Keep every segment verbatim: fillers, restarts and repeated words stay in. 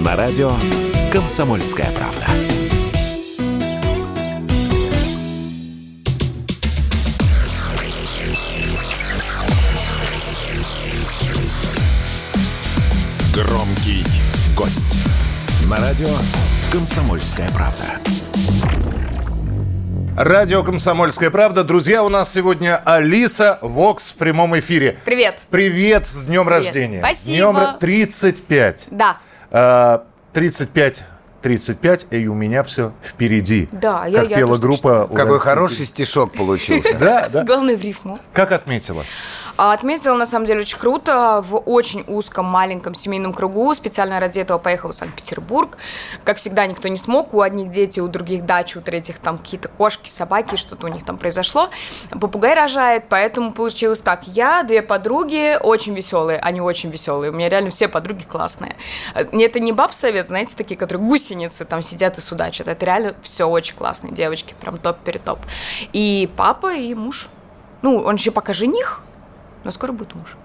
На радио «Комсомольская правда». Громкий гость. На радио «Комсомольская правда». Радио «Комсомольская правда». Друзья, у нас сегодня Алиса Вокс в прямом эфире. Привет. Привет, с днем Привет. рождения. Спасибо. Днем тридцать пять. Да. А, тридцать пять, тридцать пять, и у меня все впереди. Да, как я, я пела тоже группа. Какой хороший стишок получился. Да, да. Главное в рифму. Как отметила? Отметила, на самом деле, очень круто. В очень узком, маленьком семейном кругу. Специально ради этого поехала в Санкт-Петербург. Как всегда, никто не смог. У одних дети, у других дачи, у третьих там какие-то кошки, собаки, что-то у них там произошло. Попугай рожает, поэтому получилось так. Я, две подруги, очень веселые. Они очень веселые. У меня реально все подруги классные. Это не баб-совет, знаете, такие, которые гусеницы там сидят и судачат. Это реально все очень классные девочки. Прям топ-перетоп. И папа, и муж. Ну, он еще пока жених, но скоро будет муж.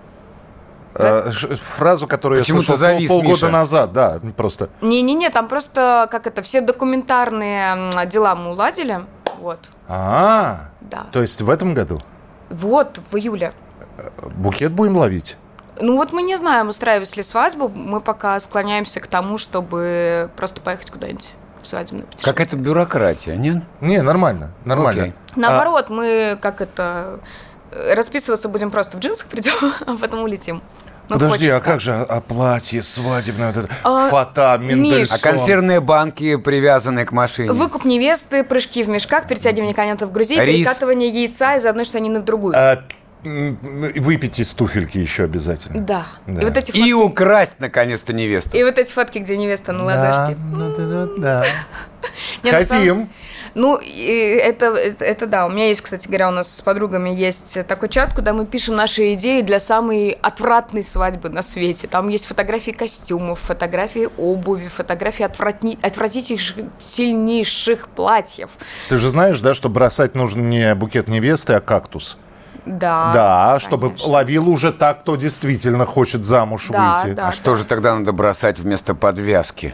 Да? Фразу, которую Почему я слышал завис, пол, полгода Миша? назад, да, просто. Не-не-не, там просто, как это, все документарные дела мы уладили, вот. А, да. То есть в этом году? Вот, в июле. Букет будем ловить? Ну вот мы не знаем, устраивать ли свадьбу, мы пока склоняемся к тому, чтобы просто поехать куда-нибудь в свадебное путешествие. Как это бюрократия, нет? Не, нормально, нормально. Окей. Наоборот, а... мы, как это... Расписываться будем просто в джинсах, придем, а потом улетим. Ну, Подожди, хочется. А как же а платье свадебное, вот это, а, фата, Мендельсон? А консервные банки, привязанные к машине? Выкуп невесты, прыжки в мешках, перетягивание конятов в грузи, Рис. перекатывание яйца из одной штанины в другую. А, выпить из туфельки еще обязательно. Да. да. И, вот эти фотки... И украсть, наконец-то, невесту. И вот эти фотки, где невеста на ладошке. Да, да, да. Хотим. Самом... Ну, это, это, это да. У меня есть, кстати говоря, у нас с подругами есть такой чат, куда мы пишем наши идеи для самой отвратной свадьбы на свете. Там есть фотографии костюмов, фотографии обуви, фотографии отвратни... отвратительнейших платьев. Ты же знаешь, да, что бросать нужно не букет невесты, а кактус? Да, Да, конечно. чтобы ловил уже так, кто действительно хочет замуж да, выйти. Да, а да. что же тогда надо бросать вместо подвязки?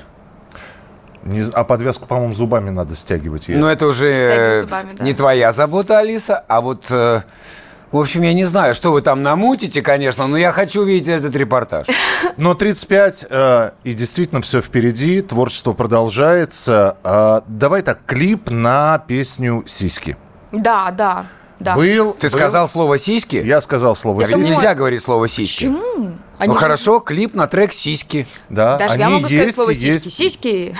Не, а подвязку, по-моему, зубами надо стягивать. Ну, это уже зубами, да. не твоя забота, Алиса, а вот... Э, в общем, я не знаю, что вы там намутите, конечно, но я хочу увидеть этот репортаж. Но тридцать пять, э, и действительно все впереди, творчество продолжается. Э, давай так, клип на песню «Сиськи». Да, да. Да. Был, Ты был. сказал слово «сиськи»? Я сказал слово это «сиськи». Нельзя говорить слово «сиськи». Почему? Они ну же... хорошо, клип на трек «Сиськи». Да, Даже они я могу сказать есть, слово есть. «сиськи». Сиськи.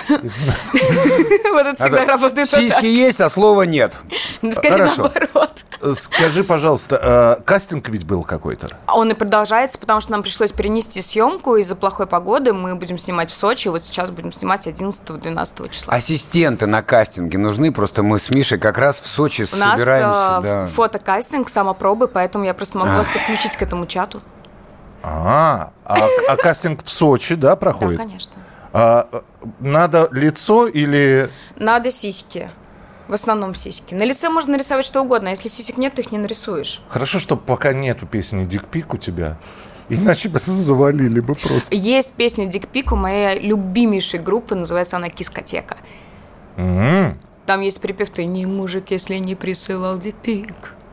Вот это всегда работает. Сиськи есть, а слова нет. Скорее наоборот. Скажи, пожалуйста, кастинг ведь был какой-то? Он и продолжается, потому что нам пришлось перенести съемку из-за плохой погоды. Мы будем снимать в Сочи. Вот сейчас будем снимать одиннадцатого-двенадцатого числа. Ассистенты на кастинге нужны? Просто мы с Мишей как раз в Сочи У собираемся. нас да. фотокастинг, самопробы, поэтому я просто могу Ах. вас подключить к этому чату. А, а, а кастинг в Сочи, да, проходит? Да, конечно. А, надо лицо или... Надо сиськи. В основном сиськи. На лице можно нарисовать что угодно, а если сисек нет, ты их не нарисуешь. Хорошо, что пока нету песни «Дикпик» у тебя, иначе бы завалили бы просто. Есть песня «Дикпик» у моей любимейшей группы, называется она «Кискотека». Mm-hmm. Там есть припев «Ты не мужик, если не присылал дикпик».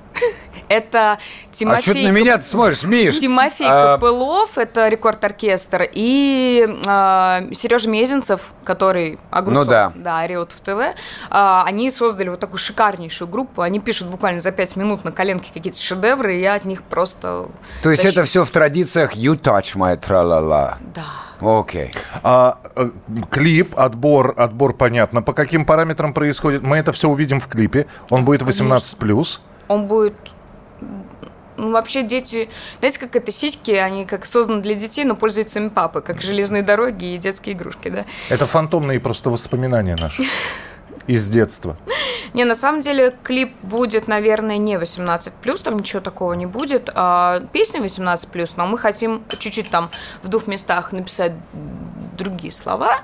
Это Тимофей... А что ты на меня смотришь, Миш? Тимофей а... Копылов, это рекорд-оркестр, и э, Сережа Мезенцев, который Огурцов, ну, да. да, орет в ТВ, э, они создали вот такую шикарнейшую группу. Они пишут буквально за пять минут на коленке какие-то шедевры, и я от них просто... То есть тащусь. Это все в традициях «You touch my tra-la-la». Да. Окей. А, а, клип, отбор, отбор, понятно, по каким параметрам происходит. Мы это все увидим в клипе. Он будет восемнадцать плюс. Он будет... Ну, вообще дети... Знаете, как это сиськи, они как созданы для детей, но пользуются ими папы, как железные дороги и детские игрушки, да? Это фантомные просто воспоминания наши из детства. Не, на самом деле клип будет, наверное, не восемнадцать плюс, там ничего такого не будет. А песня восемнадцать плюс, но мы хотим чуть-чуть там в двух местах написать другие слова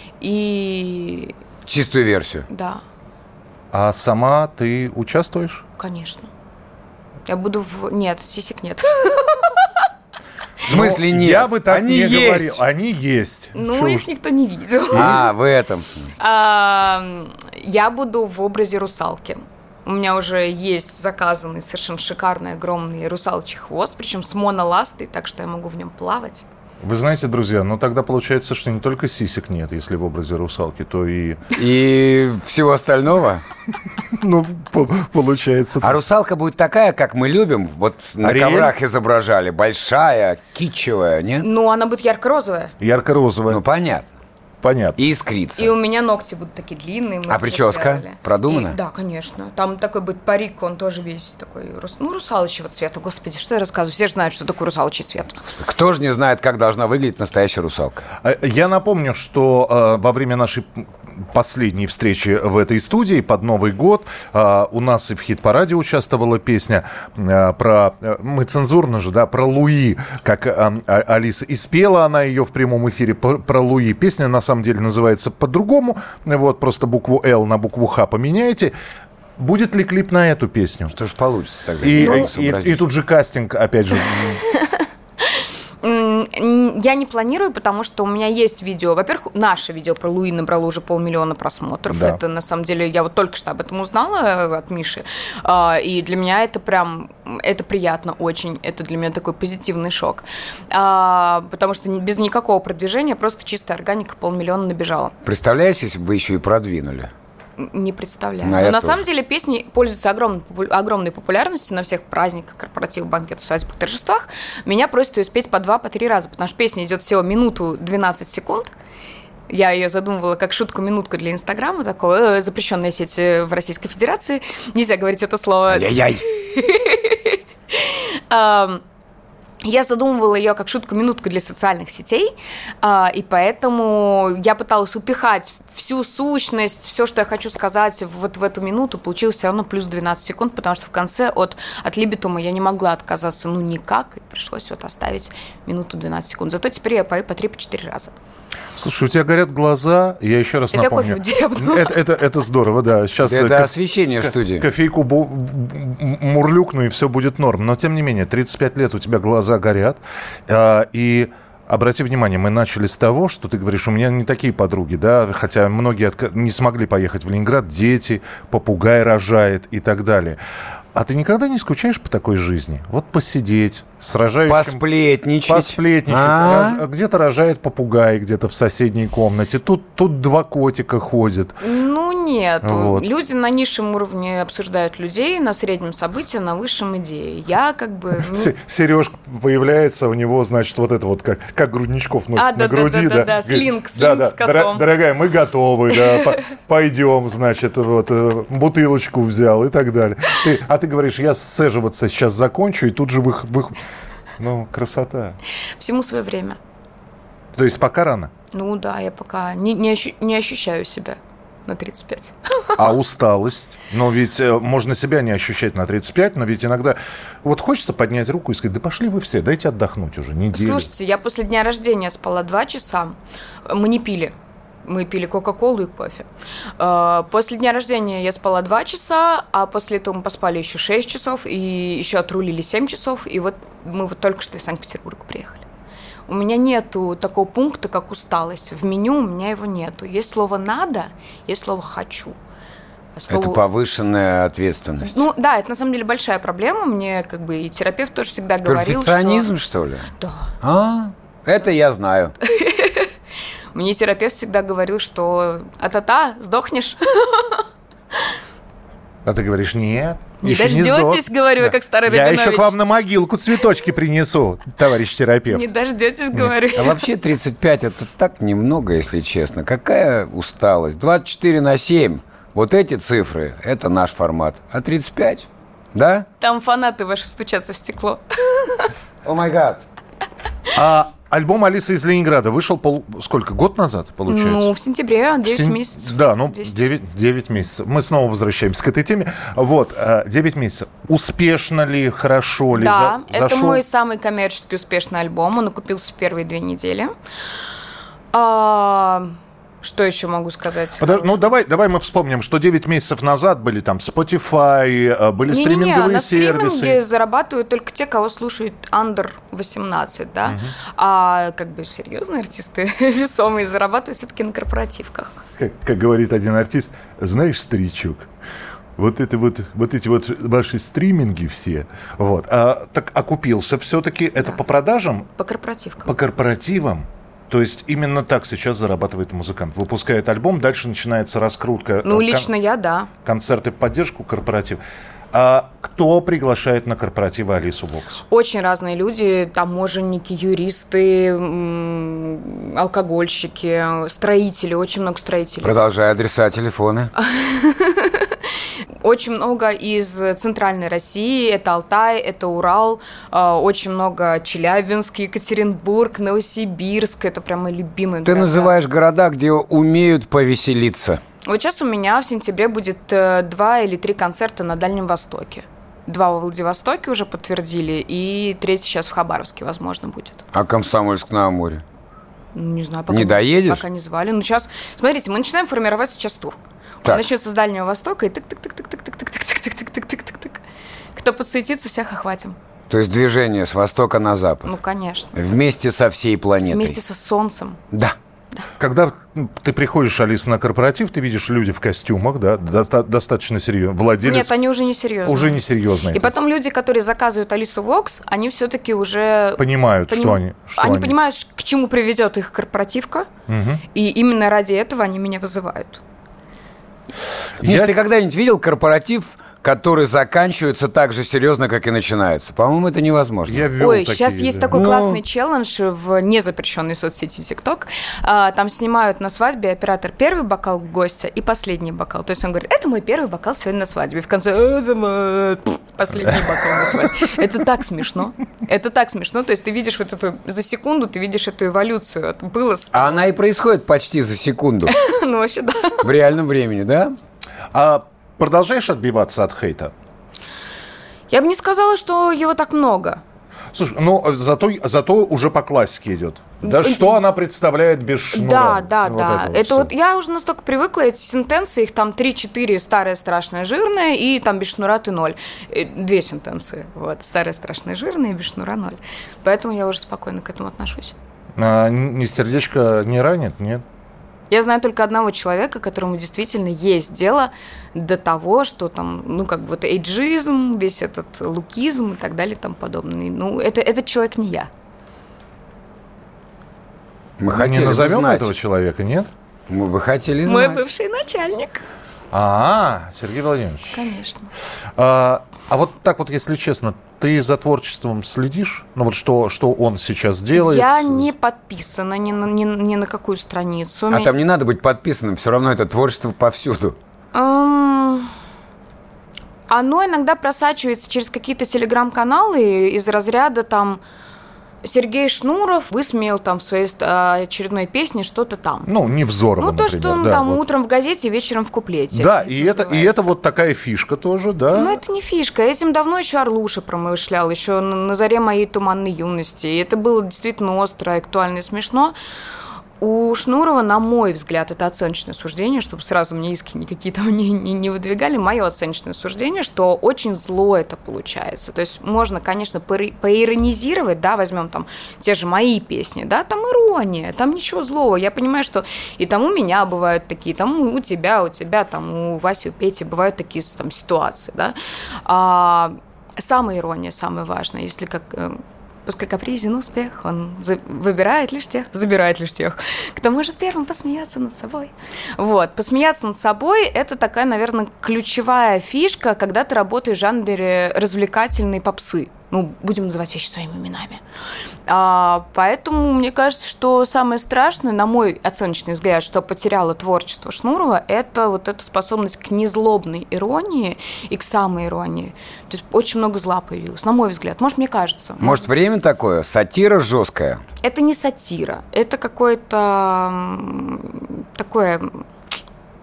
и... Чистую версию. Да. А сама ты участвуешь? Конечно. Я буду в... Нет, сисек нет. В смысле нет? Я бы так Они не есть. говорил. Они есть. Ну, Чё их уж. никто не видел. А, в этом смысле. А, я буду в образе русалки. У меня уже есть заказанный совершенно шикарный огромный русалочий хвост, причем с моноластой, так что я могу в нем плавать. Вы знаете, друзья, ну тогда получается, что не только сисек нет, если в образе русалки, то и... И всего остального? Ну, получается... А русалка будет такая, как мы любим, вот на Ариэль? коврах изображали, большая, китчевая, нет? Ну, она будет ярко-розовая. Ярко-розовая. Ну, понятно. Понятно. И искрится. И у меня ногти будут такие длинные. мы А их прическа сделали. продумана? И- да, конечно. Там такой будет парик, он тоже весь такой, рус- ну, русалочьего цвета. Господи, что я рассказываю? Все же знают, что такое русалочий цвет. Кто же не знает, как должна выглядеть настоящая русалка? Я напомню, что э, во время нашей последней встречи в этой студии под Новый год э, у нас и в хит-параде участвовала песня э, про... Э, мы цензурно же, да, про Луи, как э, э, Алиса. И спела она ее в прямом эфире про, про Луи. Песня, на самом деле, называется по-другому. Вот, просто букву «Л» на букву «Х» поменяете. Будет ли клип на эту песню? Что ж получится тогда? И, Не могу и, сообразить. и тут же кастинг, опять же. Я не планирую, потому что у меня есть видео. Во-первых, наше видео про Луи набрало уже полмиллиона просмотров. Да. Это, на самом деле, я вот только что об этом узнала от Миши. А, И для меня это прям, это приятно очень. Это для меня такой позитивный шок. А, Потому что без никакого продвижения, просто чистая органика полмиллиона набежала. Представляешь, если бы вы еще и продвинули? Не представляю. Ну, Но я на тоже. самом деле песни пользуются огромной, попу- огромной популярностью на всех праздниках, корпоративах, банкетах, свадьбах, торжествах. Меня просят ее спеть по два, по три раза, потому что песня идет всего минуту двенадцать секунд. Я ее задумывала как шутку-минутку для Инстаграма, такое э, запрещенная сеть э, в Российской Федерации. Нельзя говорить это слово. Ай-яй-яй. Ам, Я задумывала ее как шутку-минутку для социальных сетей, а, и поэтому я пыталась упихать всю сущность, все, что я хочу сказать вот в эту минуту, получилось все равно плюс двенадцать секунд, потому что в конце от, от либитума я не могла отказаться, ну, никак, и пришлось вот оставить минуту двенадцать секунд. Зато теперь я пою по три-четыре раза. Слушай, у тебя горят глаза, я еще раз Это напомню. кофе дерябнул. Это, это, это здорово, да. Сейчас Это ко- освещение в ко- студии. кофейку бу- м- мурлюкну, и все будет норм. Но, тем не менее, тридцать пять лет у тебя глаза горят. а, И обрати внимание, мы начали с того, что ты говоришь, у меня не такие подруги, да, хотя многие отка- не смогли поехать в Ленинград, дети, попугай рожает и так далее. А ты никогда не скучаешь по такой жизни? Вот посидеть с рожающим... Посплетничать. Посплетничать. А? Рож- Где-то рожает попугай, где-то в соседней комнате. Тут, тут два котика ходят. Ну, нет. Вот. Люди на низшем уровне обсуждают людей, на среднем события, на высшем идеи. Я как бы... ну, С- Сережка появляется, у него, значит, вот это вот, как, как грудничков носит А, на да, да, груди. да, да, да, слинг, Говорит, слинг да, с да, котом. дора- дорогая, мы готовы, да, по- пойдем, значит, вот, э, бутылочку взял и так далее. Ты- а ты говоришь, я сцеживаться сейчас закончу, и тут же вых... вых- Ну, красота. Всему свое время. То есть пока рано. Ну да, я пока не, не, ощу- не ощущаю себя на тридцать пять. А усталость? Но ведь э, можно себя не ощущать на тридцать пять, но ведь иногда вот хочется поднять руку и сказать, да пошли вы все, дайте отдохнуть уже неделю. Слушайте, я после дня рождения спала два часа. Мы не пили. Мы пили Кока-Колу и кофе. Э, После дня рождения я спала два часа, а после этого мы поспали еще шесть часов, и еще отрулили семь часов, и вот мы вот только что из Санкт-Петербурга приехали. У меня нету такого пункта, как усталость. В меню у меня его нету. Есть слово «надо», есть слово «хочу». А слово- Это повышенная ответственность. Ну да, это на самом деле большая проблема. Мне как бы и терапевт тоже всегда говорил, Перфекционизм, что... что ли? Да. А, это я знаю. Мне терапевт всегда говорил, что а-та-та, сдохнешь. А ты говоришь, нет, Не еще дождетесь, сдох. говорю я, как старый Я Рабинович. еще к вам на могилку цветочки принесу, товарищ терапевт. Не дождетесь, говорю. А вообще тридцать пять это так немного, если честно. Какая усталость? двадцать четыре на семь. Вот эти цифры, это наш формат. А тридцать пять? Да? Там фанаты ваши стучатся в стекло. О май гад. А альбом «Алиса из Ленинграда» вышел пол... сколько? Год назад, получается? Ну, в сентябре, девять Сем- месяцев. Да, ну, десять. девять, девять месяцев. Мы снова возвращаемся к этой теме. Вот, э, девять месяцев. Успешно ли, хорошо ли? Да, за- это зашел? мой самый коммерчески успешный альбом. Он окупился в первые две недели. А, Что еще могу сказать? Подож... Ну, давай, давай мы вспомним, что девять месяцев назад были там Spotify, были Не-не-не, стриминговые на сервисы. стриминге зарабатывают только те, кого слушают under восемнадцать, да? Угу. А как бы серьезные артисты, весомые, зарабатывают все-таки на корпоративках. Как, как говорит один артист, знаешь, старичок, вот, это вот, вот эти вот ваши стриминги все, вот, а, так окупился все-таки, это да. по продажам? По корпоративкам. По корпоративам? То есть именно так сейчас зарабатывает музыкант. Выпускает альбом, дальше начинается раскрутка. Ну, лично кон- я, да. Концерты, поддержку, корпоратив. А кто приглашает на корпоративы Алису Вокс? Очень разные люди. Таможенники, юристы, м- алкогольщики, строители. Очень много строителей. Продолжай, адреса, телефоны. Очень много из центральной России, это Алтай, это Урал, очень много Челябинск, Екатеринбург, Новосибирск, это прям мои любимые Ты города. Ты называешь города, где умеют повеселиться. Вот сейчас у меня в сентябре будет два или три концерта на Дальнем Востоке. Два во Владивостоке уже подтвердили, и третий сейчас в Хабаровске, возможно, будет. А Комсомольск-на-Амуре? Ну, не знаю, пока не не, доедешь? Пока не звали. Ну, сейчас, смотрите, мы начинаем формировать сейчас тур. Он начнется с Дальнего Востока и тык-тык-тык-тык-тык-тык-тык-тык-тык-тык-тык-тык-тык. Кто подсуетится, всех охватим. То есть движение с востока на запад? Ну, конечно. Вместе со всей планетой? Вместе со солнцем. Да. Да. Когда ты приходишь, Алиса, на корпоратив, ты видишь люди в костюмах, да, доста- достаточно серьезно. Владелец... Нет, они уже не серьезные. Уже не серьезные. И потом люди, которые заказывают Алису Вокс, они все-таки уже... Понимают, поним... что они... Что они, они понимают, к чему приведет их корпоративка, угу. И именно ради этого они меня вызывают. Миш, Я... ты когда-нибудь видел корпоратив, который заканчивается так же серьезно, как и начинается? По-моему, это невозможно. Я вел Ой, такие, сейчас есть да. такой Но... классный челлендж в незапрещенной соцсети TikTok. А, там снимают на свадьбе оператор первый бокал гостя и последний бокал. То есть он говорит, это мой первый бокал сегодня на свадьбе. И в конце, это мой последний бокал на свадьбе. Это так смешно. Это так смешно. То есть ты видишь вот эту, за секунду ты видишь эту эволюцию. Это было... А она и происходит почти за секунду. Ну, вообще, да. В реальном времени, да? А продолжаешь отбиваться от хейта? Я бы не сказала, что его так много. Слушай, ну зато, зато уже по классике идет. Да что она представляет без шнура? Да, да, вот да. Это, вот это вот я уже настолько привыкла, эти сентенции, их там три-четыре, старая, страшная, жирная, и там без шнура ты ноль. Две сентенции. Вот, старая, страшная, жирная, и без шнура ноль. Поэтому я уже спокойно к этому отношусь. А, не сердечко не ранит, нет? Я знаю только одного человека, которому действительно есть дело до того, что там, ну, как бы вот эйджизм, весь этот лукизм и так далее и тому подобное. Ну, это, этот человек не я. Мы хотели не назовем знать. Этого человека, нет? Мы бы хотели знать. Мой бывший начальник. А, Сергей Владимирович. Конечно. А, а вот так вот, если честно, ты за творчеством следишь? Ну вот что, что он сейчас делает? Я не подписана ни на, ни, ни на какую страницу. А Ми... там не надо быть подписанным, все равно это творчество повсюду. Um... Оно иногда просачивается через какие-то телеграм-каналы из разряда там Сергей Шнуров высмеял там в своей очередной песне что-то там. Ну, Невзорова, Ну, то, например, что да, там вот. утром в газете, вечером в куплете. Да, и это, и это вот такая фишка тоже, да? Ну, это не фишка. Этим давно еще Орлуша промышлял, еще на, на заре моей туманной юности. И это было действительно остро, актуально и смешно. У Шнурова, на мой взгляд, это оценочное суждение, чтобы сразу мне иски никакие там не, не, не выдвигали, мое оценочное суждение, что очень зло это получается. То есть можно, конечно, поиронизировать, да, возьмем там те же мои песни, да, там ирония, там ничего злого. Я понимаю, что и там у меня бывают такие, там у тебя, у тебя, там у Васи, у Пети бывают такие там ситуации, да. А, самая ирония, самое важное, если как... Пускай капризен успех, он за- выбирает лишь тех, забирает лишь тех, кто может первым посмеяться над собой. Вот, посмеяться над собой – это такая, наверное, ключевая фишка, когда ты работаешь в жанре развлекательной попсы. Ну, будем называть вещи своими именами. А, поэтому мне кажется, что самое страшное, на мой оценочный взгляд, что потеряло творчество Шнурова, это вот эта способность к незлобной иронии и к самоиронии. То есть очень много зла появилось, на мой взгляд. Может, мне кажется. Может, может время такое? Сатира жесткая? Это не сатира. Это какое-то такое...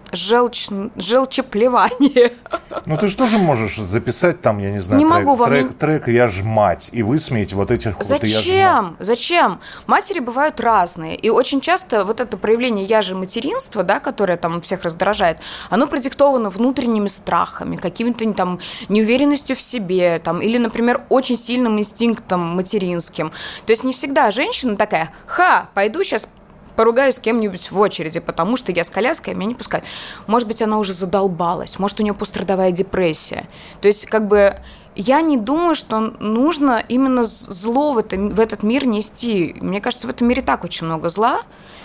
желчь, желчеплевание. Ну, ты же тоже можешь записать там, я не знаю, не трек, могу, трек, мне... трек «Я ж мать» и высмеять вот этих вот «Я ж Зачем? Зачем? Матери бывают разные. И очень часто вот это проявление «я же материнства», да, которое там всех раздражает, оно продиктовано внутренними страхами, какими-то там неуверенностью в себе, там, или, например, очень сильным инстинктом материнским. То есть не всегда женщина такая: «Ха, пойду сейчас поругаюсь с кем-нибудь в очереди, потому что я с коляской, меня не пускают». Может быть, она уже задолбалась, может, у нее пострадовая депрессия. То есть, как бы, я не думаю, что нужно именно зло в, это, в этот мир нести. Мне кажется, в этом мире так очень много зла.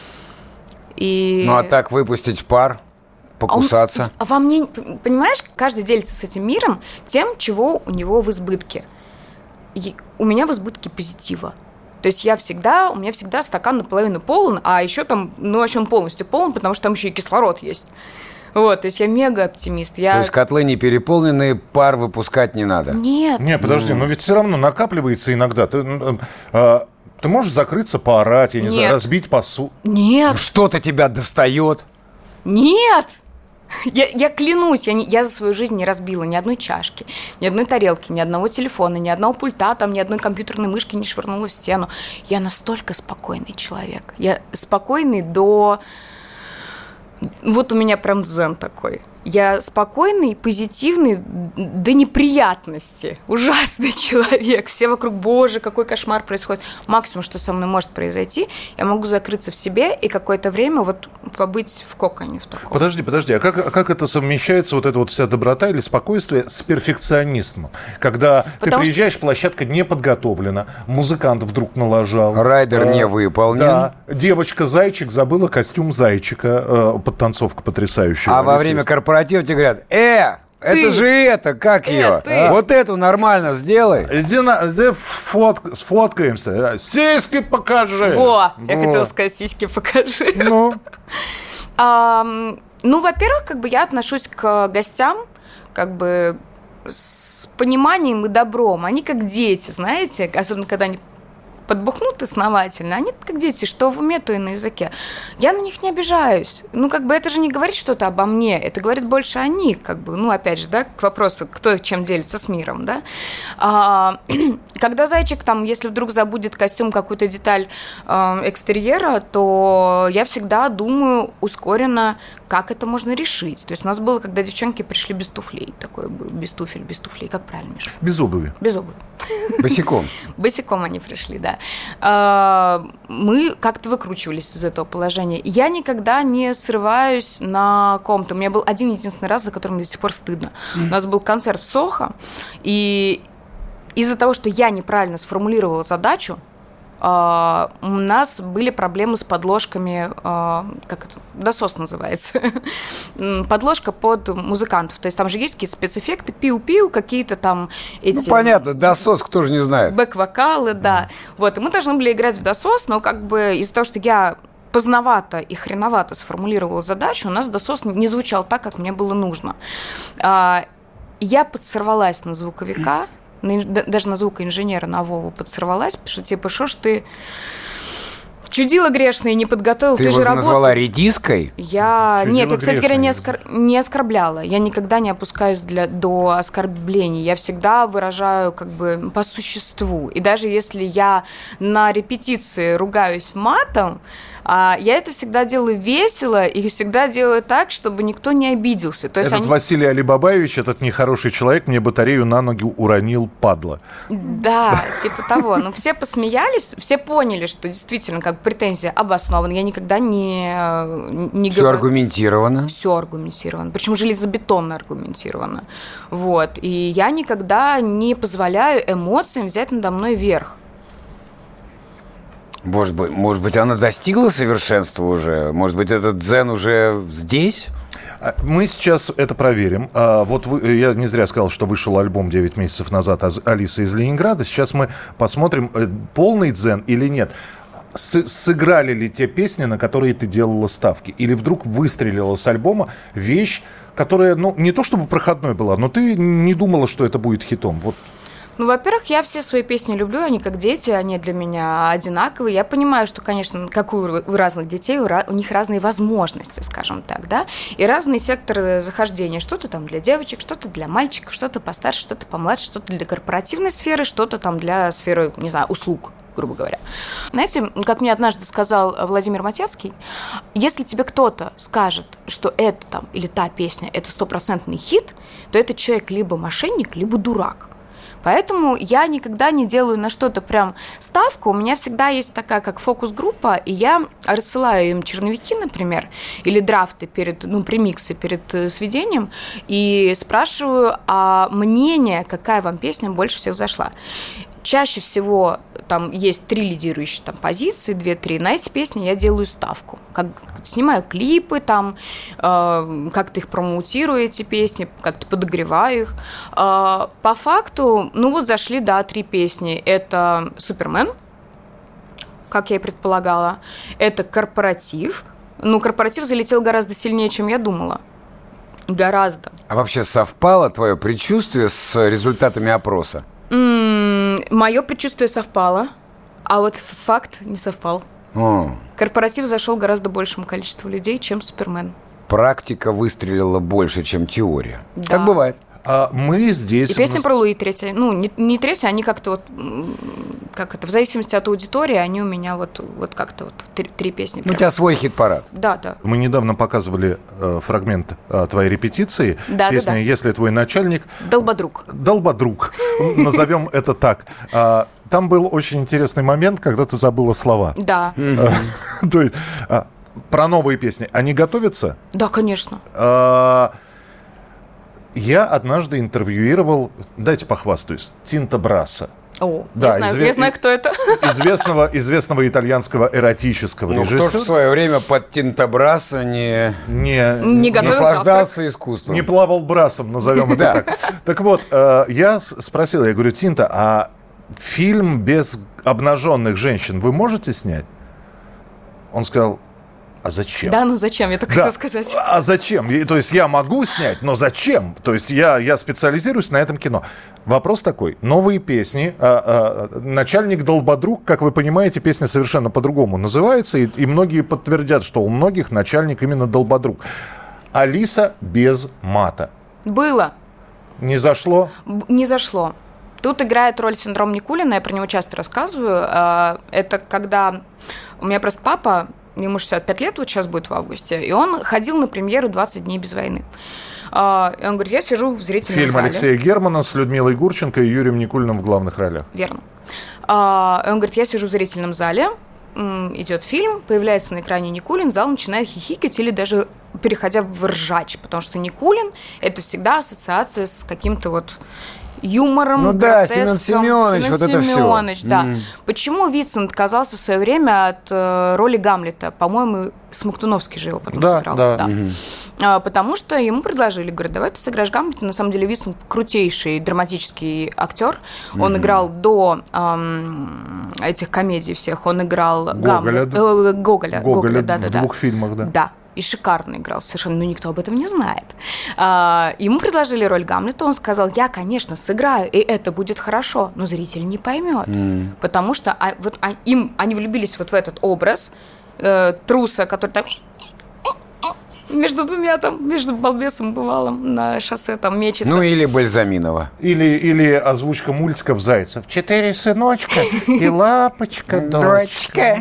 И... Ну, а так выпустить пар, покусаться. А, он, а вам не... Понимаешь, каждый делится с этим миром тем, чего у него в избытке. И у меня в избытке позитива. То есть я всегда, у меня всегда стакан наполовину полон, а еще там, ну, вообще он полностью полон, потому что там еще и кислород есть. Вот, то есть я мега-оптимист. Я... То есть котлы не переполненные, пар выпускать не надо? Нет. Нет, подожди, но ведь все равно накапливается иногда. Ты, э, ты можешь закрыться, поорать, я не Нет. знаю, разбить посуду. Нет. Что-то тебя достает? Нет. Я, я клянусь, я, не, я за свою жизнь не разбила ни одной чашки, ни одной тарелки, ни одного телефона, ни одного пульта, там, ни одной компьютерной мышки не швырнула в стену. Я настолько спокойный человек. Я спокойный до... Вот у меня прям дзен такой. Я спокойный, позитивный до неприятности. Ужасный человек. Все вокруг: боже, какой кошмар происходит. Максимум, что со мной может произойти, я могу закрыться в себе и какое-то время вот побыть в коконе в таком. Подожди, подожди, а как, а как это совмещается, вот эта вот вся доброта или спокойствие, с перфекционизмом? Когда Потому ты приезжаешь, что... площадка не подготовлена, музыкант вдруг налажал. Райдер э, не выполнен. Да, девочка-зайчик забыла костюм зайчика, э, подтанцовка потрясающая. А во время корпоратива тебе говорят: э, Ты. это же это, как Э, ее? ты. Вот эту нормально сделай. Иди, на, иди фотк, сфоткаемся, сиськи покажи. Во, я Во. хотела сказать, сиськи покажи. Ну, А, ну, во-первых, как бы я отношусь к гостям как бы с пониманием и добром. Они как дети, знаете, особенно когда они подбухнут основательно, они как дети, что в уме, то и на языке. Я на них не обижаюсь. Ну, как бы это же не говорит что-то обо мне, это говорит больше о них, как бы, ну, опять же, да, к вопросу, кто чем делится с миром, да. А, когда зайчик там, если вдруг забудет костюм, какую-то деталь э, экстерьера, то я всегда думаю ускоренно, как это можно решить. То есть у нас было, когда девчонки пришли без туфлей, такое было, без туфель, без туфлей, как правильно, Миша? без обуви. Без обуви. Босиком. Босиком они пришли, да. Мы как-то выкручивались из этого положения. Я никогда не срываюсь на ком-то. У меня был один единственный раз, за которым мне до сих пор стыдно. У нас был концерт в Сохо, и из-за того, что я неправильно сформулировала задачу, у нас были проблемы с подложками, как это, досос называется, подложка под музыкантов. То есть там же есть какие-то спецэффекты, пиу-пиу, какие-то там эти... Ну, понятно, досос, кто же не знает. Бэк-вокалы, да. Вот, и мы должны были играть в досос, но как бы из-за того, что я поздновато и хреновато сформулировала задачу, у нас досос не звучал так, как мне было нужно. Я подсорвалась на звуковика, даже на звукоинженера, на Вову подсорвалась, потому что, типа, что ж ты чудила грешная и не подготовил, ты, ты же его работал. назвала редиской? Я... Чудила Нет, я, кстати говоря, не, грешная. оскор... не оскорбляла. Я никогда не опускаюсь для... до оскорблений. Я всегда выражаю как бы по существу. И даже если я на репетиции ругаюсь матом, а я это всегда делаю весело и всегда делаю так, чтобы никто не обиделся. То есть Этот они... Василий Алибабаевич, этот нехороший человек, мне батарею на ноги уронил, падла. Да, типа того. Но все посмеялись, все поняли, что действительно как бы претензия обоснована. Я никогда не, не Все говорю... аргументировано. Все аргументировано. Причем железобетонно аргументировано. Вот. И я никогда не позволяю эмоциям взять надо мной верх. Может быть, может быть, она достигла совершенства уже? Может быть, этот дзен уже здесь? Мы сейчас это проверим. А, вот вы, я не зря сказал, что вышел альбом девять месяцев назад Алисы из Ленинграда. Сейчас мы посмотрим, полный дзен или нет. С- сыграли ли те песни, на которые ты делала ставки? Или вдруг выстрелила с альбома вещь, которая, ну, не то чтобы проходной была, но ты не думала, что это будет хитом? Вот. Ну, во-первых, я все свои песни люблю, они как дети, они для меня одинаковые. Я понимаю, что, конечно, как у, у разных детей, у, у них разные возможности, скажем так, да, и разные секторы захождения. Что-то там для девочек, что-то для мальчиков, что-то постарше, что-то помладше, что-то для корпоративной сферы, что-то там для сферы, не знаю, услуг, грубо говоря. Знаете, как мне однажды сказал Владимир Матецкий, если тебе кто-то скажет, что это там или та песня, это стопроцентный хит, то этот человек либо мошенник, либо дурак. Поэтому я никогда не делаю на что-то прям ставку. У меня всегда есть такая, как фокус-группа, и я рассылаю им черновики, например, или драфты перед, ну, премиксы перед сведением, и спрашиваю, а мнение, какая вам песня больше всех зашла. Чаще всего там есть три лидирующие там, позиции, две-три. На эти песни я делаю ставку. Как, снимаю клипы, там, э, как-то их промоутирую, эти песни, как-то подогреваю их. Э, по факту, ну вот зашли, да, три песни. Это «Супермен», как я и предполагала. Это «Корпоратив». Ну, «Корпоратив» залетел гораздо сильнее, чем я думала. Гораздо. А вообще совпало твое предчувствие с результатами опроса? Мое предчувствие совпало, а вот факт не совпал. О. «Корпоратив» зашел гораздо большему количеству людей, чем «Супермен». Практика выстрелила больше, чем теория. Да. Так бывает. А мы здесь... И песня про Луи третья. Ну, не, не третья, они как-то вот... Как это? В зависимости от аудитории, они у меня вот, вот как-то вот три, три песни. Ну, у тебя свой хит-парад. Да, да. Мы недавно показывали э, фрагмент э, твоей репетиции. Да, Песня да, да. «Если твой начальник...» «Долбодруг». «Долбодруг». Назовем это так. Там был очень интересный момент, когда ты забыла слова. Да. То есть про новые песни. Они готовятся? Да, конечно. Я однажды интервьюировал, дайте похвастаюсь, Тинто Брассо. О, да, я, знаю, изве... я знаю, кто это. Известного, известного итальянского эротического ну, режиссера. Кто ж в свое время под Тинто Брассо не, не, не наслаждался искусством. Не плавал брасом, назовем это так. Так вот, я спросил, я говорю, Тинто, а фильм без обнаженных женщин вы можете снять? Он сказал... А зачем? Да, ну зачем, я только да. хотела сказать. А зачем? То есть я могу снять, но зачем? То есть я, я специализируюсь на этом кино. Вопрос такой. Новые песни. А, а, «Начальник Долбодруг», как вы понимаете, песня совершенно по-другому называется. И, и многие подтвердят, что у многих начальник именно Долбодруг. Алиса без мата. Было. Не зашло? Б- не зашло. Тут играет роль синдром Никулина, я про него часто рассказываю. Это когда... У меня просто папа... Ему шестьдесят пять лет, вот сейчас будет в августе, и он ходил на премьеру «двадцать дней без войны». И он говорит, я сижу в зрительном Фильм зале. Алексея Германа с Людмилой Гурченко и Юрием Никулиным в главных ролях. Верно. И он говорит, я сижу в зрительном зале, идет фильм, появляется на экране Никулин, зал начинает хихикать или даже переходя в ржач, потому что Никулин – это всегда ассоциация с каким-то вот... юмором, ну да, Семен Семенович, вот это Семенович, все. Да. Mm. Почему Вицин отказался в свое время от э, роли Гамлета? По-моему, Смоктуновский же его потом да, сыграл. Да. Да. Mm-hmm. А, потому что ему предложили, говорят, давай ты сыграешь Гамлета. На самом деле Вицин крутейший драматический актер. Mm-hmm. Он играл до эм, этих комедий всех. Он играл Гоголя. Гамлет, э, Гоголя, Гоголя, Гоголя да, в да, двух да. фильмах, да. Да. И шикарно играл совершенно, но никто об этом не знает. А, ему предложили роль Гамлета, он сказал, я, конечно, сыграю, и это будет хорошо, но зритель не поймет, mm. потому что а, вот, а, им, они влюбились вот в этот образ э, труса, который там между двумя, там, между балбесом бывалым на шоссе там мечется. Ну или Бальзаминова. Или, или озвучка мультиков «Зайцев». Четыре сыночка и лапочка, дочка.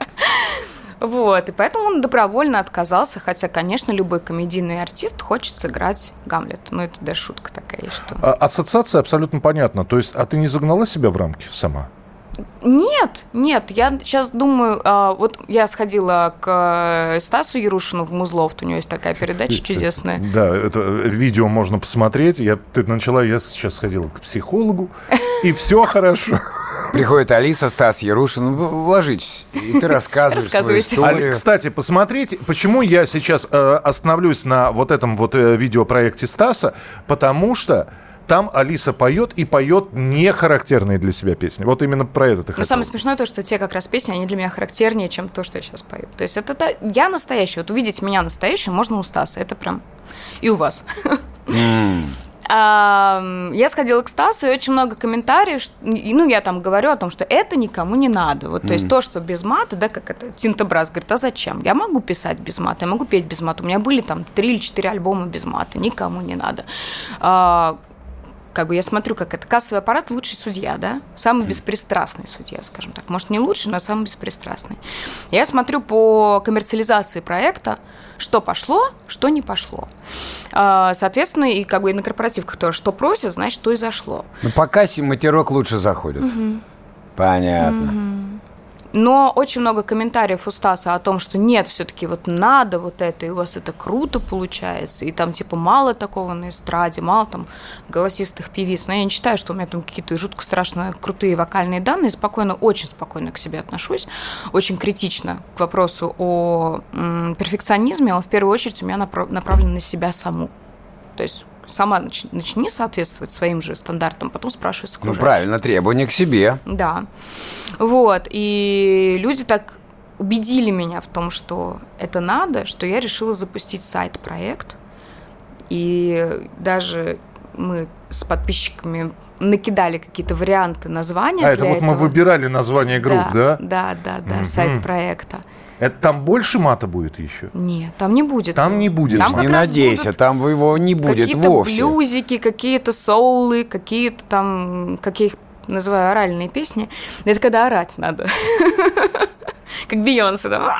Вот, и поэтому он добровольно отказался, хотя, конечно, любой комедийный артист хочет сыграть Гамлета. Ну, это даже шутка такая, что... А, ассоциация абсолютно понятна. То есть, а ты не загнала себя в рамки сама? Нет, нет, я сейчас думаю, а, вот я сходила к Стасу Ярушину в Музлофт, у него есть такая передача чудесная. Да, это видео можно посмотреть. Я, ты начала, я сейчас сходила к психологу, и все хорошо. Приходит Алиса, Стас Ярушин, вложитесь, и ты рассказываешь свою историю. А, кстати, посмотрите, почему я сейчас э, остановлюсь на вот этом вот э, видеопроекте Стаса, потому что там Алиса поет и поет не характерные для себя песни. Вот именно про это ты хотела. Но самое смешное то, что те как раз песни, они для меня характернее, чем то, что я сейчас пою. То есть это, это я настоящая. Вот увидеть меня настоящую можно у Стаса. Это прям и у вас. Mm. Я сходила к Стасу, и очень много комментариев, ну, я там говорю о том, что это никому не надо. Вот, то есть то, что без мата, да, как это, Тинтобраз говорит, а зачем? Я могу писать без мата, я могу петь без мата. У меня были там три или четыре альбома без мата, никому не надо. Как бы я смотрю, как это кассовый аппарат лучший судья, да, самый беспристрастный судья, скажем так. Может, не лучший, но самый беспристрастный. Я смотрю по коммерциализации проекта, что пошло, что не пошло. Соответственно, и как бы и на корпоративках тоже, что просят, значит, что и зашло. Ну, по кассе матерок лучше заходит. Угу. Понятно. Угу. Но очень много комментариев у Стаса о том, что нет, все-таки вот надо вот это, и у вас это круто получается, и там типа мало такого на эстраде, мало там голосистых певиц. Но я не считаю, что у меня там какие-то жутко страшно крутые вокальные данные, спокойно, очень спокойно к себе отношусь, очень критично к вопросу о м, перфекционизме, он в первую очередь у меня направ- направлен на себя саму. То есть сама начни соответствовать своим же стандартам, потом спрашивай с окружающих. Ну, правильно, требования к себе. Да. Вот. И люди так убедили меня в том, что это надо, что я решила запустить сайт-проект. И даже мы с подписчиками накидали какие-то варианты названия. А, это вот этого. Мы выбирали название групп, да? Да, да, да, да, угу. сайт-проекта. Это там больше мата будет еще? Нет, там не будет. Там не будет. Там не надейся, там его не будет какие-то вовсе. Какие-то блюзики, какие-то соулы, какие-то там, как я их называю, оральные песни. Это когда орать надо. Как Бейонсе, да?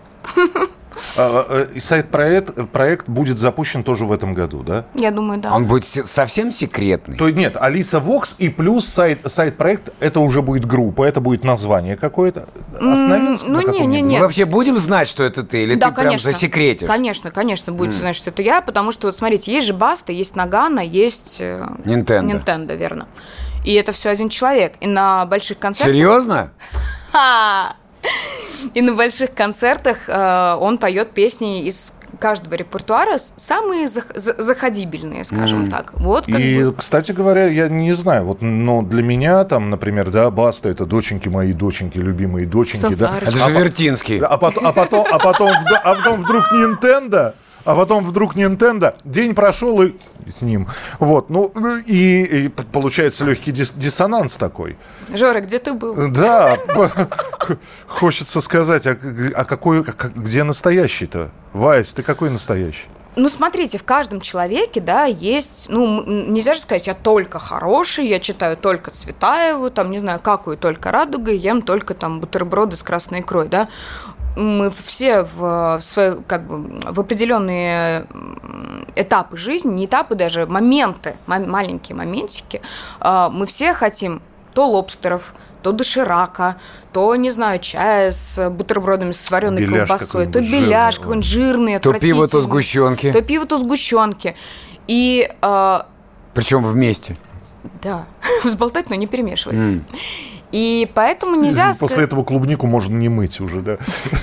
И сайт-проект проект будет запущен тоже в этом году, да? Я думаю, да. Он будет совсем секретный? То есть нет, Алиса Вокс и плюс сайт, сайт-проект, это уже будет группа, это будет название какое-то. Остановился mm, ну, на не, не, не. Мы вообще будем знать, что это ты? Или да, ты прям конечно. засекретишь? Конечно, конечно, будете mm. знать, что это я, потому что, вот смотрите, есть же Баста, есть Нагано, есть Nintendo. Nintendo, верно. И это все один человек. И на больших концертах... Серьезно? И на больших концертах э, он поет песни из каждого репертуара, самые заходибельные, скажем mm. так. Вот, как и, бы. Кстати говоря, я не знаю, вот, но для меня, там, например, да, Баста, это доченьки мои, доченьки, любимые доченьки. Сансарыч. Да? Это же а, Вертинский. А потом, а потом, а потом, а потом вдруг Nintendo... А потом вдруг Nintendo, день прошел и с ним. Вот, ну, и, и получается легкий дис- диссонанс такой. Жора, где ты был? Да, хочется сказать, а, а какой, а, где настоящий-то? Вайс, ты какой настоящий? Ну, смотрите, в каждом человеке, да, есть, ну, нельзя же сказать, я только хороший, я читаю только Цветаеву, там, не знаю, какую только радугой, ем только там бутерброды с красной икрой, да. Мы все в, в, свои, как бы, в определенные этапы жизни, не этапы даже, моменты, маленькие моментики, мы все хотим то лобстеров, то доширака, то, не знаю, чая с бутербродами, с вареной беляш колбасой, то беляш какой-нибудь жирный, то пиво, то сгущенки. То пиво, то сгущенки. И, э, причем вместе. Да, взболтать, но не перемешивать. Mm. И поэтому нельзя... После сказать... этого клубнику можно не мыть уже, да?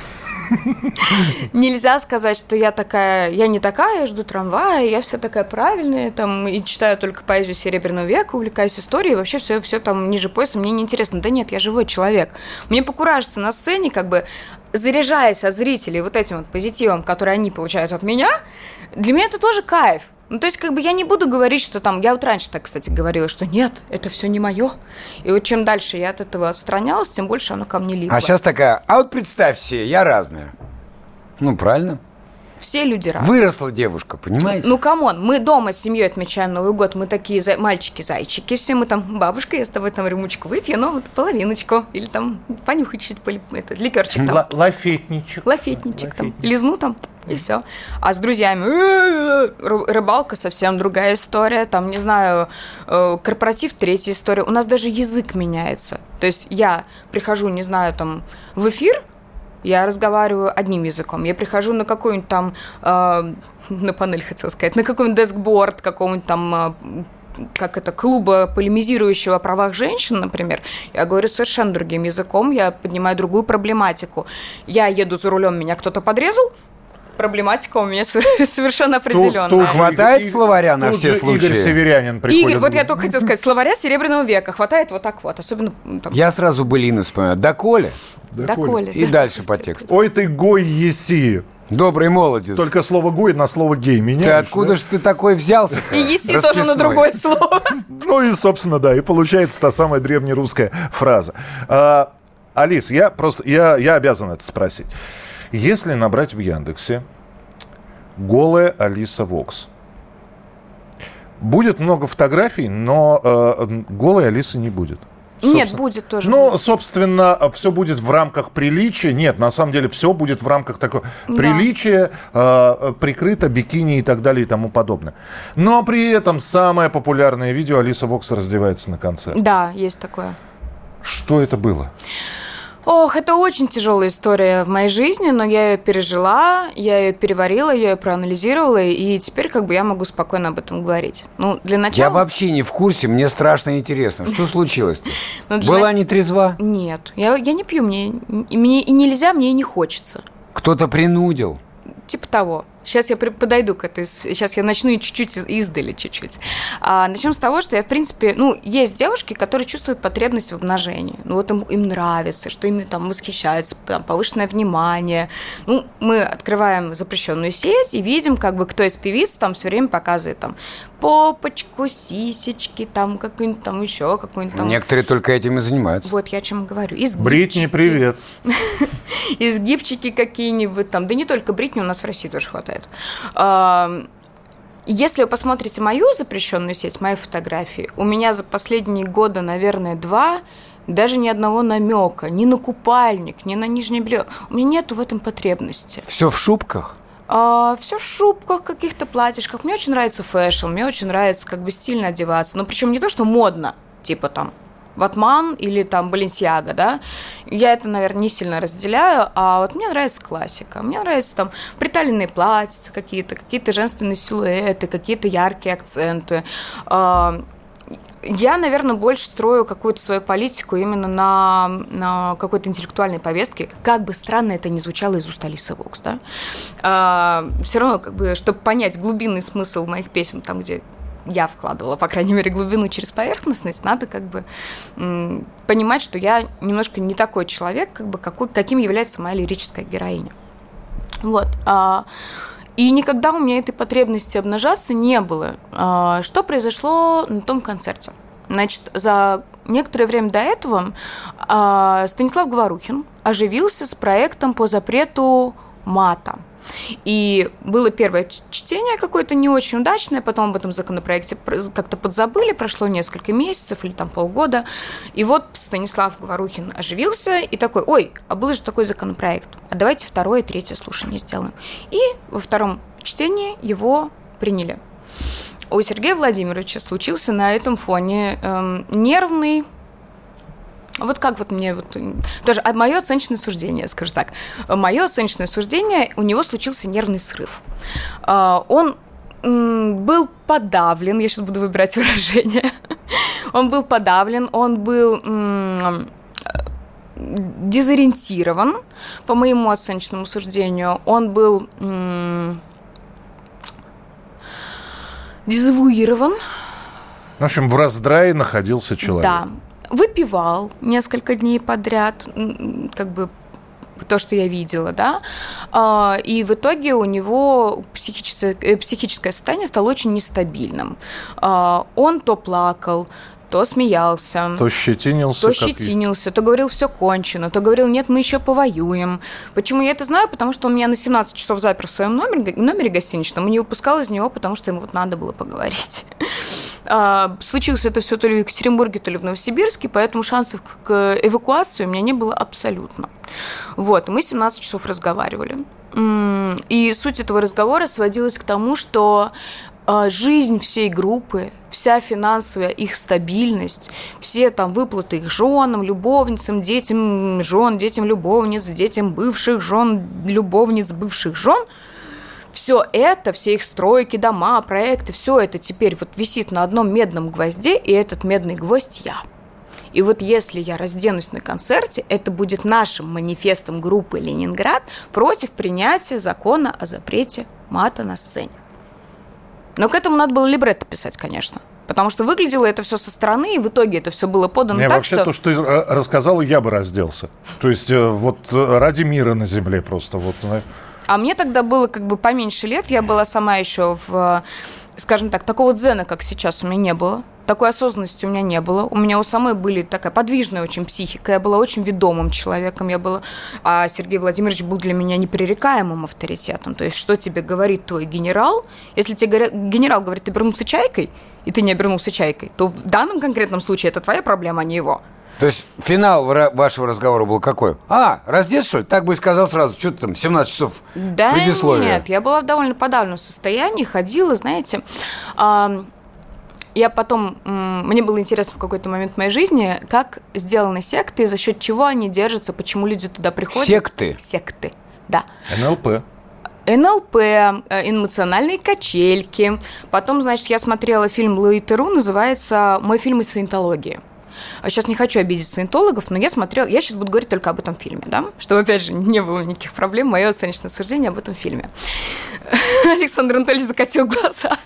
Нельзя сказать, что я такая, я не такая, я жду трамвая, я вся такая правильная, там, и читаю только поэзию Серебряного века, увлекаюсь историей, вообще все, все там ниже пояса, мне неинтересно. Да нет, я живой человек. Мне покуражиться на сцене, как бы заряжаясь от зрителей вот этим вот позитивом, который они получают от меня, для меня это тоже кайф. Ну, то есть, как бы я не буду говорить, что там... Я вот раньше так, кстати, говорила, что нет, это все не мое. И вот чем дальше я от этого отстранялась, тем больше оно ко мне липло. А сейчас такая, а вот представь себе, я разная. Ну, правильно. Все люди разные. Выросла девушка, понимаете? Ну, камон, мы дома с семьей отмечаем Новый год, мы такие за... мальчики-зайчики, все мы там, бабушка, я с тобой там рюмочку выпью, ну, вот половиночку, или там понюхать чуть это, ликерчик там. Лафетничек. Лафетничек там, лизну там. И все. А с друзьями рыбалка совсем другая история. Там, не знаю, корпоратив третья история. У нас даже язык меняется. То есть я прихожу, не знаю, там в эфир, я разговариваю одним языком. Я прихожу на какой-нибудь там, э, на панель, хотела сказать, на какой-нибудь дескборд, какого-нибудь там, э, как это, клуба, полемизирующего о правах женщин, например. Я говорю совершенно другим языком, я поднимаю другую проблематику. Я еду за рулем, меня кто-то подрезал, проблематика у меня совершенно определенная. Тут, тут хватает и, словаря на все случаи? Игорь Северянин приходит. Игорь, вот я только хотела сказать, словаря Серебряного века хватает вот так вот, особенно... Там... Я сразу былины вспоминаю. Доколе? Доколе. И да. Дальше по тексту. Ой ты гой еси. Добрый молодец. Только слово «гой» на слово «гей» меняешь. Ты откуда да? же ты такой взялся? И еси тоже на другое слово. Ну и, собственно, да, и получается та самая древнерусская фраза. А, Алис, я просто, я, я обязан это спросить. Если набрать в Яндексе «голая Алиса Вокс», будет много фотографий, но э, голой Алисы не будет. Нет, будет тоже. Ну, будет. собственно, все будет в рамках приличия. Нет, на самом деле все будет в рамках такого да. приличия, э, прикрыто, бикини и так далее и тому подобное. Но при этом самое популярное видео — Алиса Вокс раздевается на концерте. Да, есть такое. Что это было? Ох, это очень тяжелая история в моей жизни, но я ее пережила, я ее переварила, я ее проанализировала, и теперь как бы я могу спокойно об этом говорить. Ну, для начала... Я вообще не в курсе, мне страшно интересно. Что случилось-то? Была не трезва? Нет, я, я не пью, мне, мне и нельзя, мне и не хочется. Кто-то принудил? Типа того. Сейчас я подойду к этой... Сейчас я начну чуть-чуть издали, чуть-чуть. А, начнем с того, что я, в принципе... Ну, есть девушки, которые чувствуют потребность в обнажении. Ну, вот им, им нравится, что ими там восхищается, там, повышенное внимание. Ну, мы открываем запрещенную сеть и видим, как бы, кто из певиц там все время показывает там попочку, сисечки, там, какую-нибудь там еще, какую-нибудь там... Некоторые только этим и занимаются. Вот я о чем говорю. Изгибчики. Бритни, привет. Изгибчики какие-нибудь там. Да не только Бритни, у нас в России тоже хватает. Если вы посмотрите мою запрещенную сеть, мои фотографии, у меня за последние годы, наверное, два, даже ни одного намека, ни на купальник, ни на нижнее белье. У меня нету в этом потребности. Все в шубках? А, все в шубках, каких-то платьишках. Мне очень нравится фэшн, мне очень нравится как бы стильно одеваться. Но причем не то, что модно, типа там Ватман или там Баленсиага, да, я это, наверное, не сильно разделяю, а вот мне нравится классика, мне нравятся там приталенные платьица какие-то, какие-то женственные силуэты, какие-то яркие акценты. Я, наверное, больше строю какую-то свою политику именно на, на какой-то интеллектуальной повестке, как бы странно это ни звучало из уст Алисы Вокс, да, все равно, как бы, чтобы понять глубинный смысл моих песен, там, где я вкладывала, по крайней мере, глубину через поверхностность, надо как бы м, понимать, что я немножко не такой человек, как бы, какой, каким является моя лирическая героиня. Вот. А, и никогда у меня этой потребности обнажаться не было. А, что произошло на том концерте? Значит, за некоторое время до этого а, Станислав Говорухин оживился с проектом по запрету мата. И было первое чтение какое-то не очень удачное, потом об этом законопроекте как-то подзабыли, прошло несколько месяцев или там полгода, и вот Станислав Говорухин оживился и такой: ой, а был же такой законопроект, а давайте второе и третье слушание сделаем. И во втором чтении его приняли. У Сергея Владимировича случился на этом фоне эм, нервный... Вот как вот мне... Вот, тоже мое оценочное суждение, скажу так. Мое оценочное суждение, у него случился нервный срыв. Он был подавлен, я сейчас буду выбирать выражение. Он был подавлен, он был дезориентирован, по моему оценочному суждению. Он был дезавуирован. В общем, в раздрае находился человек. Да. Выпивал несколько дней подряд, как бы то, что я видела, да, и в итоге у него психическое, психическое состояние стало очень нестабильным. Он то плакал, то смеялся, то щетинился, то щетинился, то говорил, все кончено, то говорил, нет, мы еще повоюем. Почему я это знаю? Потому что он меня на семнадцать часов запер в своем номере, номере гостиничном и не выпускал из него, потому что ему вот надо было поговорить. А, случилось это все то ли в Екатеринбурге, то ли в Новосибирске, поэтому шансов к эвакуации у меня не было абсолютно. Вот, мы семнадцать часов разговаривали. И суть этого разговора сводилась к тому, что жизнь всей группы, вся финансовая их стабильность, все там выплаты их женам, любовницам, детям жен, детям любовниц, детям бывших жен, любовниц бывших жен, все это, все их стройки, дома, проекты, все это теперь вот висит на одном медном гвозде, и этот медный гвоздь я. И вот если я разденусь на концерте, это будет нашим манифестом группы «Ленинград» против принятия закона о запрете мата на сцене. Но к этому надо было либретто писать, конечно. Потому что выглядело это все со стороны, и в итоге это все было подано Не, так, вообще что... то, что ты рассказала, я бы разделся. То есть вот ради мира на земле просто. Вот. А мне тогда было как бы поменьше лет, я была сама еще в, скажем так, такого дзена, как сейчас, у меня не было. Такой осознанности у меня не было. У меня у самой были такая подвижная очень психика. Я была очень ведомым человеком. Я была... А Сергей Владимирович был для меня непререкаемым авторитетом. То есть, что тебе говорит твой генерал? Если тебе генерал говорит обернуться чайкой, и ты не обернулся чайкой, то в данном конкретном случае это твоя проблема, а не его. То есть финал вашего разговора был какой? А, раздет, что ли? Так бы и сказал сразу. Что ты там, семнадцать часов да предисловия? Нет, я была в довольно подавленном состоянии, ходила, знаете... А... Я потом, мне было интересно в какой-то момент в моей жизни, как сделаны секты, за счет чего они держатся, почему люди туда приходят. Секты? Секты, да. эн эл пэ. эн эл пэ, эмоциональные качельки. Потом, значит, я смотрела фильм Луи Терру, называется «Мой фильм из саентологии». Сейчас не хочу обидеть саентологов, но я смотрела, я сейчас буду говорить только об этом фильме, да, чтобы, опять же, не было никаких проблем, мое оценочное суждение об этом фильме. Александр Анатольевич закатил глаза.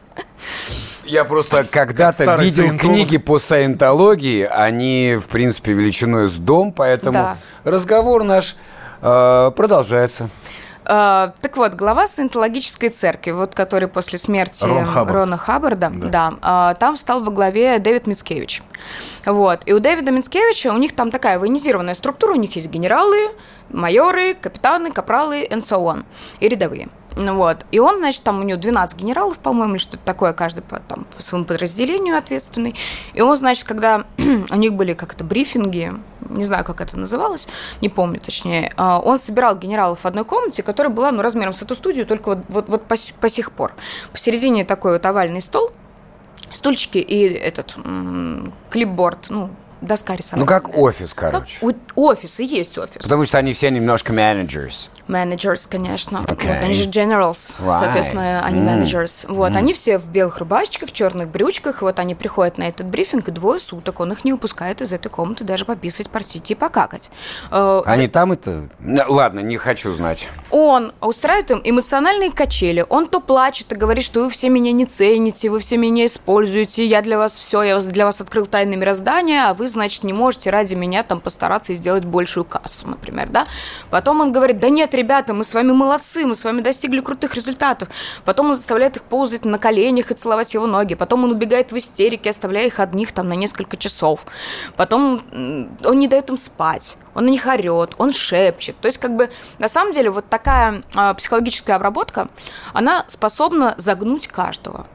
Я просто когда-то видел саентолог. Книги по саентологии, они, в принципе, величиной с дом, поэтому да. разговор наш э, продолжается. Uh, так вот, глава саентологической церкви, вот, который после смерти Рон Хаббард. Рона Хаббарда, да. Да, uh, там стал во главе Дэвид Мицкевич. Вот. И у Дэвида Мицкевича, у них там такая военизированная структура, у них есть генералы, майоры, капитаны, капралы, and so on, и рядовые. Вот. И он, значит, там у него двенадцать генералов, по-моему, или что-то такое, каждый по, там, по своему подразделению ответственный. И он, значит, когда у них были как-то брифинги, не знаю, как это называлось, не помню точнее, он собирал генералов в одной комнате, которая была, ну, размером с эту студию, только вот, вот, вот по, по сих пор. Посередине такой вот овальный стол, стульчики и этот м- клипборд, ну, доска рисования. Ну, как офис, короче. Как офис, и есть офис. Потому что они все немножко managers. Managers, конечно. Okay. Вот, они же generals, right. соответственно, они mm. managers. Вот, mm. они все в белых рубашечках, черных брючках. Вот они приходят на этот брифинг, и двое суток он их не упускает из этой комнаты даже пописать, портить и покакать. Они uh, там это... Ладно, не хочу знать. Он устраивает им эмоциональные качели. Он то плачет и говорит, что вы все меня не цените, вы все меня используете, я для вас все, я для вас открыл тайны мироздания, а вы, значит, не можете ради меня там постараться и сделать большую кассу, например, да. Потом он говорит, да нет, ребята, мы с вами молодцы, мы с вами достигли крутых результатов. Потом он заставляет их ползать на коленях и целовать его ноги. Потом он убегает в истерике, оставляя их одних там на несколько часов. Потом он не дает им спать, он на них орет, он шепчет. То есть, как бы, на самом деле, вот такая э, психологическая обработка, она способна загнуть каждого.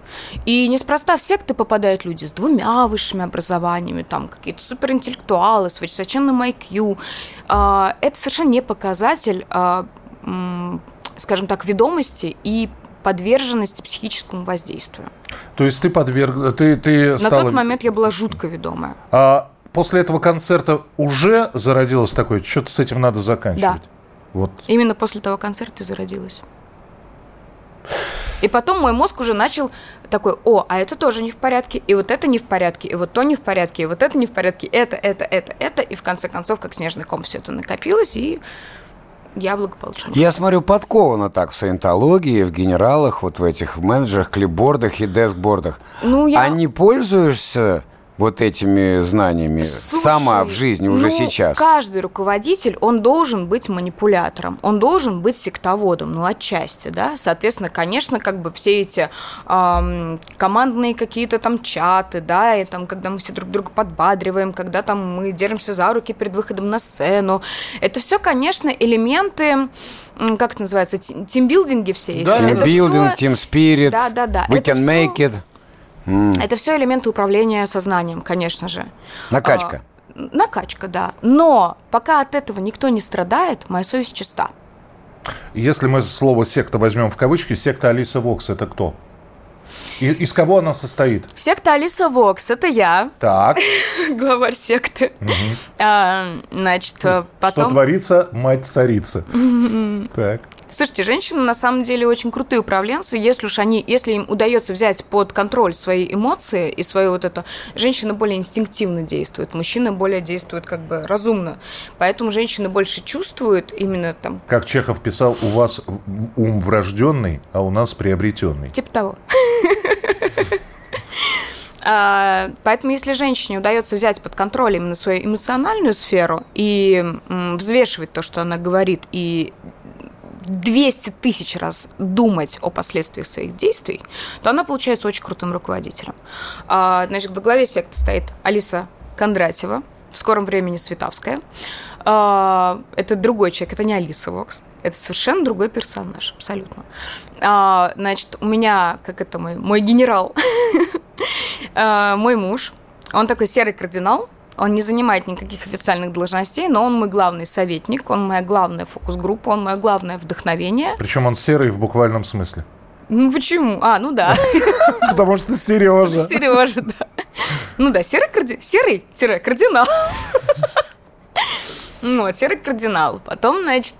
И неспроста в секты попадают люди с двумя высшими образованиями, там какие-то суперинтеллектуалы с высоченным ай кью. Это совершенно не показатель, скажем так, ведомости и подверженности психическому воздействию. То есть ты подверг... Ты, ты стала... На тот момент я была жутко ведомая. А после этого концерта уже зародилось такое, что-то с этим надо заканчивать? Да. Вот. Именно после того концерта и зародилась. И потом мой мозг уже начал такой, о, а это тоже не в порядке, и вот это не в порядке, и вот то не в порядке, и вот это не в порядке, это, это, это, это, и в конце концов, как снежный ком, все это накопилось, и я благополучно. Я смотрю, подковано так в саентологии, в генералах, вот в этих в менеджерах, клипбордах и дескбордах. Ну, я... А не пользуешься вот этими знаниями? Слушай, сама в жизни уже ну, сейчас? Каждый руководитель, он должен быть манипулятором, он должен быть сектоводом, ну, отчасти, да, соответственно, конечно, как бы все эти эм, командные какие-то там чаты, да, и там, когда мы все друг друга подбадриваем, когда там мы держимся за руки перед выходом на сцену, это все, конечно, элементы, как это называется, тимбилдинги все эти. Да, тимбилдинг, тимспирит, да, да, да. we can make it. Mm. Это все элементы управления сознанием, конечно же. Накачка. А, накачка, да. Но пока от этого никто не страдает, моя совесть чиста. Если мы слово «секта» возьмем в кавычки, секта Алиса Вокс – это кто? И, из кого она состоит? Секта Алиса Вокс – это я. Так. Главарь секты. Угу. А, значит, потом... Что творится, мать царица. Так. Слушайте, женщины на самом деле очень крутые управленцы, если уж они, если им удается взять под контроль свои эмоции и свою вот это, женщины более инстинктивно действуют, мужчины более действуют как бы разумно, поэтому женщины больше чувствуют именно там. Как Чехов писал, у вас ум врожденный, а у нас приобретенный. Типа того. А, поэтому, если женщине удается взять под контроль именно свою эмоциональную сферу и м, взвешивать то, что она говорит, и двести тысяч раз думать о последствиях своих действий, то она получается очень крутым руководителем. А, значит, во главе секты стоит Алиса Кондратьева, в скором времени Светавская. А, это другой человек, это не Алиса Вокс. Это совершенно другой персонаж, абсолютно. А, значит, у меня, как это мой, мой генерал, мой муж, он такой серый кардинал, он не занимает никаких официальных должностей, но он мой главный советник, он моя главная фокус-группа, он мое главное вдохновение. Причем он серый в буквальном смысле. Ну почему? А, ну да. Потому что Сережа. Сережа, да. Ну да, серый кардинал. Серый-кардинал. Вот, серый кардинал. Потом, значит,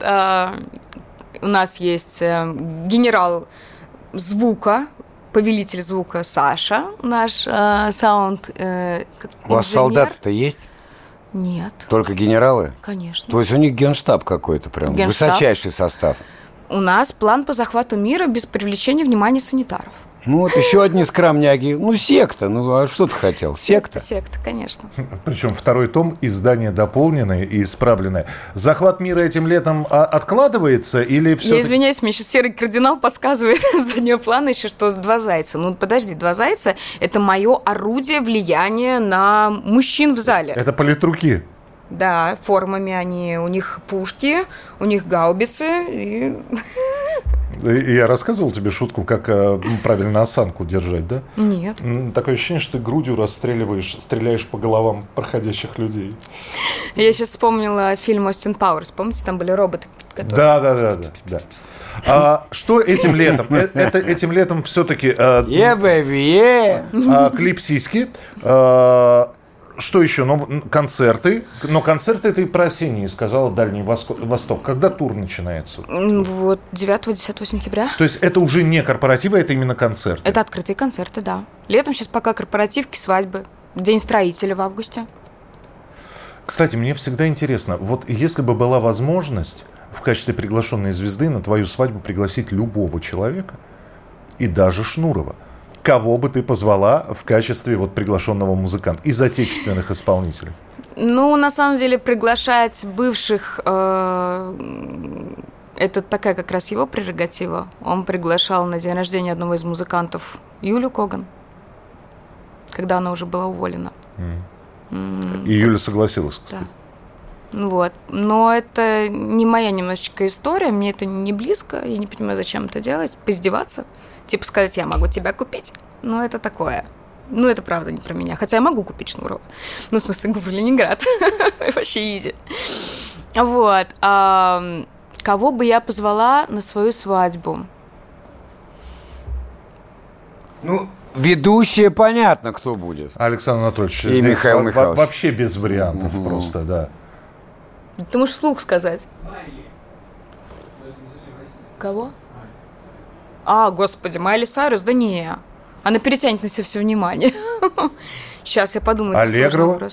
у нас есть генерал звука, повелитель звука Саша, наш э, саунд э, У вас солдаты-то есть? Нет. Только генералы? Конечно. То есть у них генштаб какой-то прям, генштаб. Высочайший состав. У нас план по захвату мира без привлечения внимания санитаров. Ну вот еще одни скромняги. Ну, секта. Ну, а что ты хотел? Секта? Секта, конечно. Причем второй том, издание дополненное и исправленное. Захват мира этим летом откладывается или все? Я извиняюсь, мне сейчас серый кардинал подсказывает заднего плана еще, что два зайца. Ну, подожди, два зайца – это мое орудие влияния на мужчин в зале. Это политруки. Да, формами они, у них пушки, у них гаубицы и... Я рассказывал тебе шутку, как э, правильно осанку держать, да? Нет. Такое ощущение, что ты грудью расстреливаешь, стреляешь по головам проходящих людей. Я сейчас вспомнила фильм «Остин Пауэрс». Помните, там были роботы, которые... Да, да, да, да, да. А, что этим летом? Это, этим летом все-таки... Yeah, baby, yeah. Клип «Сиськи». А, что еще? Ну, концерты. Но концерты ты про осенние сказала, Дальний Восток. Когда тур начинается? Вот девятого-десятого сентября. То есть это уже не корпоративы, это именно концерты? Это открытые концерты, да. Летом сейчас пока корпоративки, свадьбы. День строителя в августе. Кстати, мне всегда интересно, вот если бы была возможность в качестве приглашенной звезды на твою свадьбу пригласить любого человека, и даже Шнурова, кого бы ты позвала в качестве вот приглашенного музыканта из отечественных исполнителей? Ну, на самом деле, приглашать бывших э, это такая как раз его прерогатива. Он приглашал на день рождения одного из музыкантов Юлю Коган, когда она уже была уволена. Mm. Mm. И Юля согласилась, кстати. Да. Вот. Но это не моя немножечко история, мне это не близко, я не понимаю, зачем это делать, поиздеваться. Типа сказать, я могу тебя купить. Ну, это такое. Ну, это правда не про меня. Хотя я могу купить Шнурова. Ну, в смысле, говорю, Ленинград. Вообще изи. Вот. А, кого бы я позвала на свою свадьбу? Ну, ведущая, понятно, кто будет. Александр Анатольевич. И Михаил Михайлович. Вообще без вариантов угу. просто, да. Ты можешь вслух сказать. Кого? А, господи, Майли Сайрус? Да не. Она перетянет на себя все внимание. Сейчас я подумаю. Аллегрова?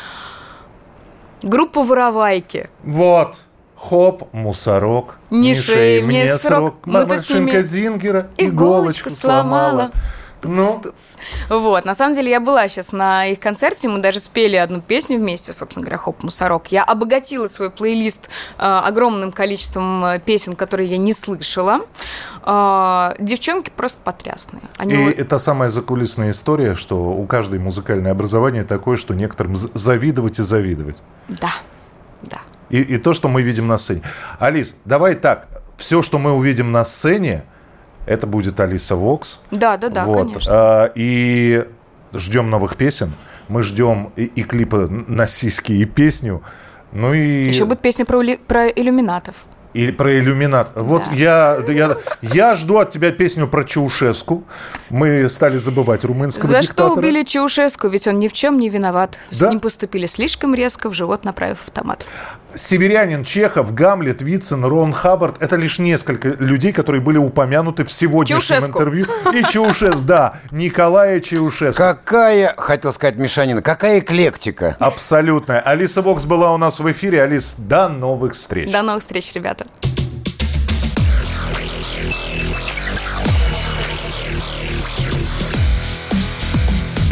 Группа «Воровайки». Вот. Хоп, мусорок. Не шей мне срок. Машинка Зингера иголочку сломала. Ну. Вот, на самом деле я была сейчас на их концерте, мы даже спели одну песню вместе, собственно говоря, «Хоп, мусорок». Я обогатила свой плейлист э, огромным количеством песен, которые я не слышала. Э, девчонки просто потрясные. Они и вот... это самая закулисная история, что у каждой музыкальное образование такое, что некоторым завидовать и завидовать. Да, да. И, и то, что мы видим на сцене. Алис, давай так, все, что мы увидим на сцене, это будет Алиса Вокс. Да, да, да, вот. конечно. А, и ждем новых песен. Мы ждем и, и клипы на сиськи, и песню. Ну и... Еще будет песня про, про иллюминатов. Или про иллюминат. Вот да. я, я, я жду от тебя песню про Чаушеску. Мы стали забывать румынского За диктатора. что убили Чаушеску? Ведь он ни в чем не виноват. Да? С ним поступили слишком резко, в живот направив автомат. Северянин, Чехов, Гамлет, Вицин, Рон Хаббард – это лишь несколько людей, которые были упомянуты в сегодняшнем Чаушеску. интервью. И Чаушеску, да, Николая Чаушеску. Какая, хотел сказать мешанина, какая эклектика. Абсолютная. Алиса Вокс была у нас в эфире. Алис, до новых встреч. До новых встреч, ребята.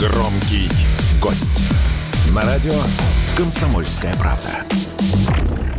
Громкий гость. На радио «Комсомольская правда».